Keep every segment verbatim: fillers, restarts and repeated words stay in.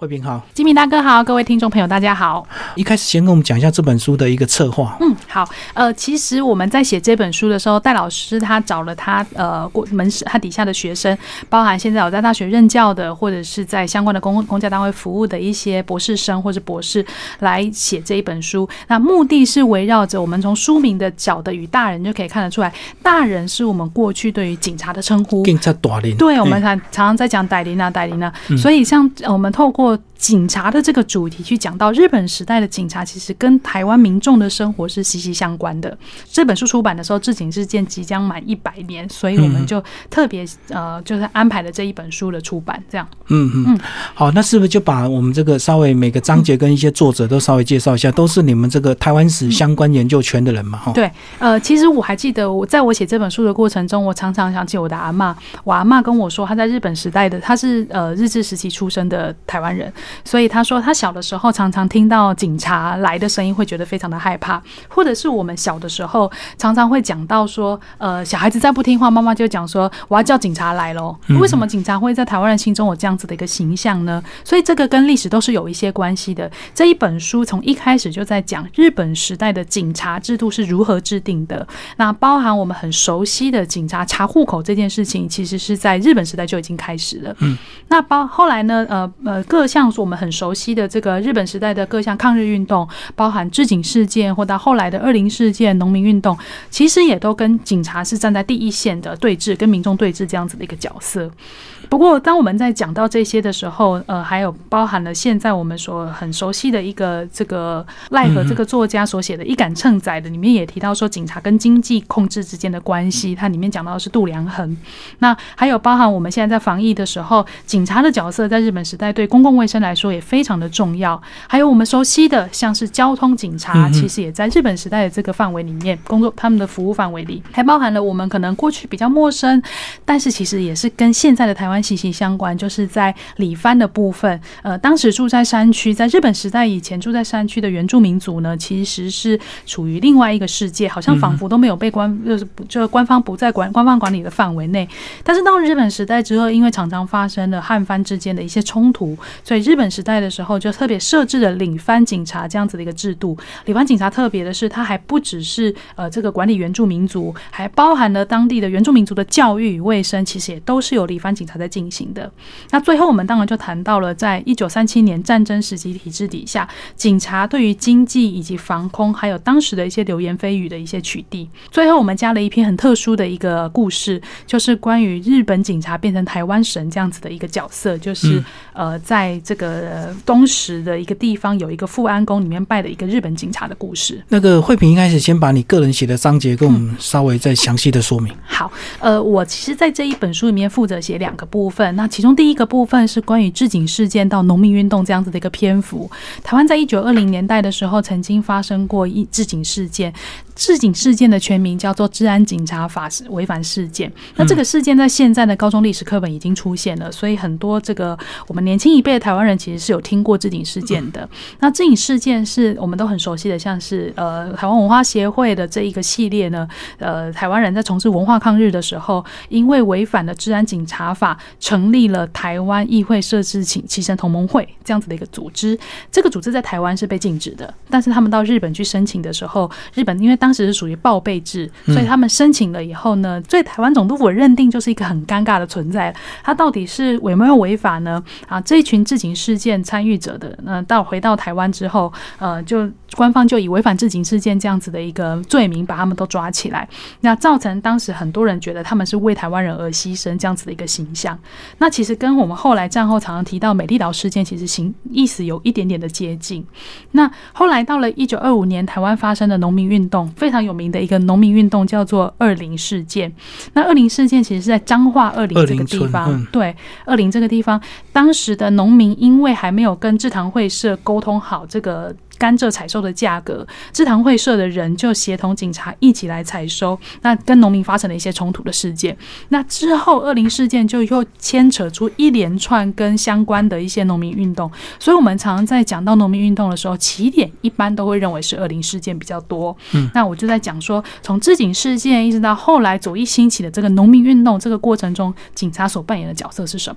慧萍好， 金明大哥好，各位听众朋友大家好。 一开始先跟我们讲一下这本书的一个策划。 嗯，好，呃，其实我们在写这本书的时候，戴老师他找了他呃门市他底下的学生，包含现在有在大学任教的，或者是在相关的公公家单位服务的一些博士生或者博士来写这一本书。那目的是围绕着我们从书名的小的与大人就可以看得出来，大人是我们过去对于警察的称呼， 警察大人， 对，我们常常在讲歹灵啊歹灵啊，所以像我们透过警察的这个主题去讲到日本时代的警察其实跟台湾民众的生活是息息相关的。这本书出版的时候，治警事件即将满一百年，所以我们就特别呃就是安排了这一本书的出版，这样。 嗯嗯，好，那是不是就把我们这个稍微每个章节跟一些作者都稍微介绍一下，都是你们这个台湾史相关研究圈的人嘛？哈、嗯， 对，呃，其实我还记得我在我写这本书的过程中，我常常想起我的阿嬷，我阿嬷跟我说，她在日本时代的，她是呃日治时期出生的台湾人，所以她说她小的时候常常听到警察来的声音，会觉得非常的害怕，或者是我们小的时候常常会讲到说，呃，小孩子再不听话，妈妈就讲说我要叫警察来咯。为什么警察会在台湾人心中有这样子的一个形象呢？所以这个跟历史都是有一些关系的。这一本书从一开始就在讲日本时代的警察制度是如何制定的，那包含我们很熟悉的警察查户口这件事情，其实是在日本时代就已经开始了。嗯，那包后来呢，呃呃，各项我们很熟悉的这个日本时代的各项抗日运动，包含治警事件，或到后来的二零事件、农民运动，其实也都跟警察是站在第一线的对峙，跟民众对峙这样子的一个角色。不过当我们在讲到这些的时候，呃，还有包含了现在我们所很熟悉的一个这个赖和这个作家所写的《一杆秤仔》的里面也提到说，警察跟经济控制之间的关系，它里面讲到的是度量衡。那还有包含我们现在在防疫的时候，警察的角色在日本时代对公共卫生来说也非常的重要。还有我们熟悉的像是交通警察，其实也在日本时代的这个范围里面工作，他们的服务范围里还包含了我们可能过去比较陌生，但是其实也是跟现在的台湾息息相关，就是在里番的部分。呃，当时住在山区，在日本时代以前住在山区的原住民族呢，其实是处于另外一个世界，好像仿佛都没有被官就是就官方不在管官方管理的范围内。但是到日本时代之后，因为常常发生了汉番之间的一些冲突，所以日本时代的时候就特别设置了领番警察这样子的一个制度。领番警察特别的是，它还不只是呃这个管理原住民族，还包含了当地的原住民族的教育与卫生，其实也都是由领番警察在进行的。那最后我们当然就谈到了，在一九三七年战争时期体制底下，警察对于经济以及防空，还有当时的一些流言蜚语的一些取缔。最后我们加了一篇很特殊的一个故事，就是关于日本警察变成台湾神这样子的一个角色，就是、嗯、呃，在这个东石的一个地方有一个富安宫里面拜的一个日本警察的故事。 那个慧萍一开始先把你个人写的章节跟我们稍微再详细的说明。 嗯、好，呃，我其实在这一本书里面负责写两个部分，那其中第一个部分是关于治警事件到农民运动这样子的一个篇幅。台湾在一九二零年代的时候曾经发生过一治警事件，治警事件的全名叫做治安警察法违反事件。那这个事件在现在的高中历史课本已经出现了，所以很多这个我们年轻一辈的台湾人其实是有听过治警事件的。那治警事件是我们都很熟悉的，像是呃台湾文化协会的这一个系列呢，呃台湾人在从事文化抗日的时候，因为违反了治安警察法，成立了台湾议会设置骑乘同盟会这样子的一个组织。这个组织在台湾是被禁止的，但是他们到日本去申请的时候，日本因为当时是属于报备制，所以他们申请了以后呢，对台湾总督府认定就是一个很尴尬的存在，他到底是有没有违法呢？啊，这一群治警事件参与者的，呃，到回到台湾之后，呃，就官方就以违反治警事件这样子的一个罪名把他们都抓起来，那造成当时很多人觉得他们是为台湾人而牺牲这样子的一个形象。那其实跟我们后来战后常常提到美丽岛事件其实形意思有一点点的接近。那后来到了一九二五年，台湾发生的农民运动，非常有名的一个农民运动叫做二零事件。那二零事件其实是在彰化二林这个地方，嗯、对，二林这个地方，当时的农民因为还没有跟制糖会社沟通好这个甘蔗采收的价格，制糖会社的人就协同警察一起来采收，那跟农民发生了一些冲突的事件。那之后二零事件就又牵扯出一连串跟相关的一些农民运动，所以我们常常在讲到农民运动的时候，起点一般都会认为是二零事件比较多。嗯，那我就在讲说，从治警事件一直到后来左翼兴起的这个农民运动这个过程中，警察所扮演的角色是什么？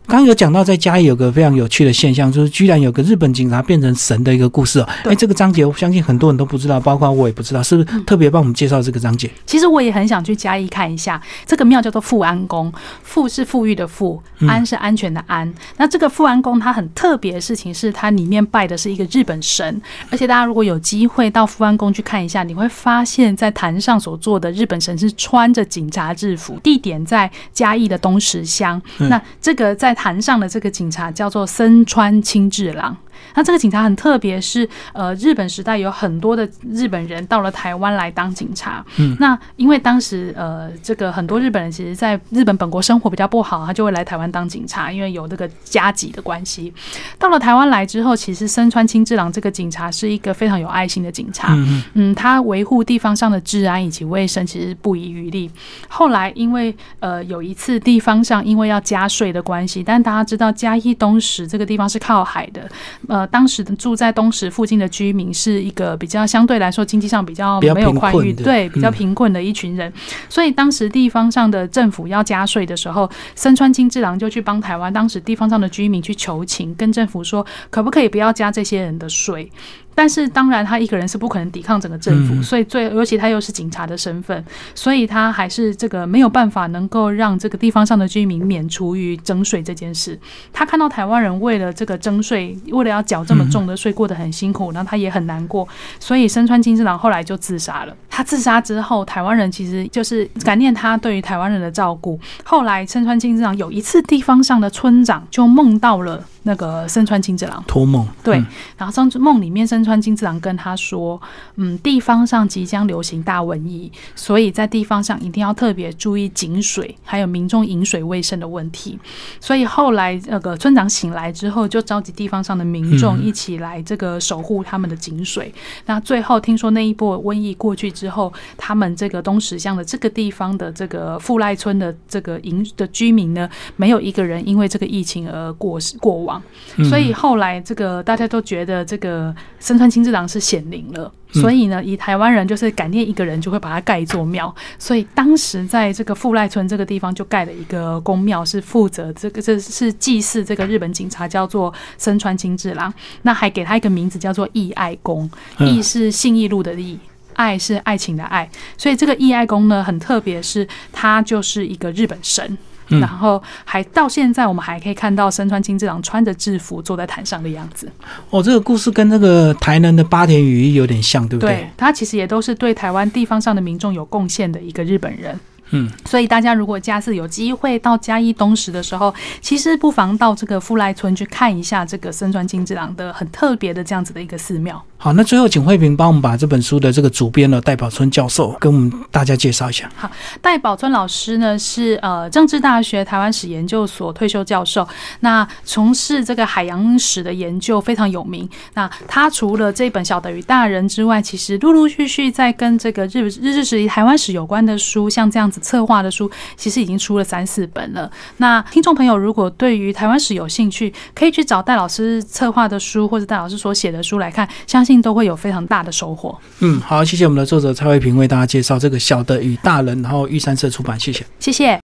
刚刚有讲到在嘉义有个非常有趣的现象，就是居然有个日本警察变成神的一个故事哦。哎，这个章节我相信很多人都不知道，包括我也不知道，是不是特别帮我们介绍这个章节？ 其实我也很想去嘉义看一下，这个庙叫做富安宫，富是富裕的富，安是安全的安。嗯、那这个富安宫它很特别的事情是，它里面拜的是一个日本神，而且大家如果有机会到富安宫去看一下，你会发现在坛上所做的日本神是穿着警察制服，地点在嘉义的东石乡。嗯、那这个在坛上的这个警察叫做森川清治郎。那这个警察很特别，是呃日本时代有很多的日本人到了台湾来当警察。嗯，那因为当时呃这个很多日本人其实在日本本国生活比较不好，他就会来台湾当警察，因为有这个加级的关系。到了台湾来之后，其实森川清治郎这个警察是一个非常有爱心的警察。嗯嗯，他维护地方上的治安以及卫生，其实不遗余力。后来因为呃有一次地方上因为要加税的关系，但大家知道嘉义东石这个地方是靠海的。呃，当时住在东石附近的居民是一个比较相对来说经济上比较没有宽裕，对，比较贫困的一群人，嗯、所以当时地方上的政府要加税的时候，森川清治郎就去帮台湾当时地方上的居民去求情，跟政府说可不可以不要加这些人的税。但是当然他一个人是不可能抵抗整个政府，嗯、所以最尤其他又是警察的身份，所以他还是这个没有办法能够让这个地方上的居民免除于征税这件事。他看到台湾人为了这个征税，为了要缴这么重的税过得很辛苦，然后他也很难过，所以森川清治郎后来就自杀了。他自杀之后，台湾人其实就是感念他对于台湾人的照顾。后来森川清治郎有一次地方上的村长就梦到了那个森川清治郎， 托梦， 对，嗯、然后梦里面森川清治郎跟他说，嗯，地方上即将流行大瘟疫，所以在地方上一定要特别注意井水，还有民众饮水卫生的问题。所以后来那个村长醒来之后，就召集地方上的民众一起来这个守护他们的井水。嗯、那最后听说那一波瘟疫过去之后，他们这个东石乡的这个地方的这个富赖村的这个营的居民呢，没有一个人因为这个疫情而过过往。所以后来这个大家都觉得这个森川清治郎是显灵了，所以呢以台湾人就是感念一个人就会把它盖一座庙，所以当时在这个富赖村这个地方就盖了一个宫庙，是负责这个这是祭祀这个日本警察，叫做森川清治郎。那还给他一个名字叫做义爱宫，义是信义路的义，爱是爱情的爱，所以这个义爱宫呢很特别，是它就是一个日本神。然后还到现在我们还可以看到森川清治郎穿着制服坐在坛上的样子。 哦，这个故事跟那个台南的八田羽衣有点像，对不对？ 对，他其实也都是对台湾地方上的民众有贡献的一个日本人。 嗯， 所以大家如果下次有机会到嘉义东石的时候，其实不妨到这个富赖村去看一下这个森川清治郎的很特别的这样子的一个寺庙。 好，那最后请慧萍帮我们把这本书的这个主编呢戴宝春教授跟我们大家介绍一下。 好，戴宝春老师呢是呃政治大学台湾史研究所退休教授，那从事这个海洋史的研究非常有名。那他除了这本《小的与大人》之外，其实陆陆续续在跟这个日日治时期台湾史有关的书，像这样子策划的书，其实已经出了三四本了。那听众朋友如果对于台湾史有兴趣，可以去找戴老师策划的书或者戴老师所写的书来看，相信都会有非常大的收获。 嗯，好，谢谢我们的作者蔡慧萍为大家介绍这个《小的与大人》，然后玉山社出版，谢谢， 谢谢。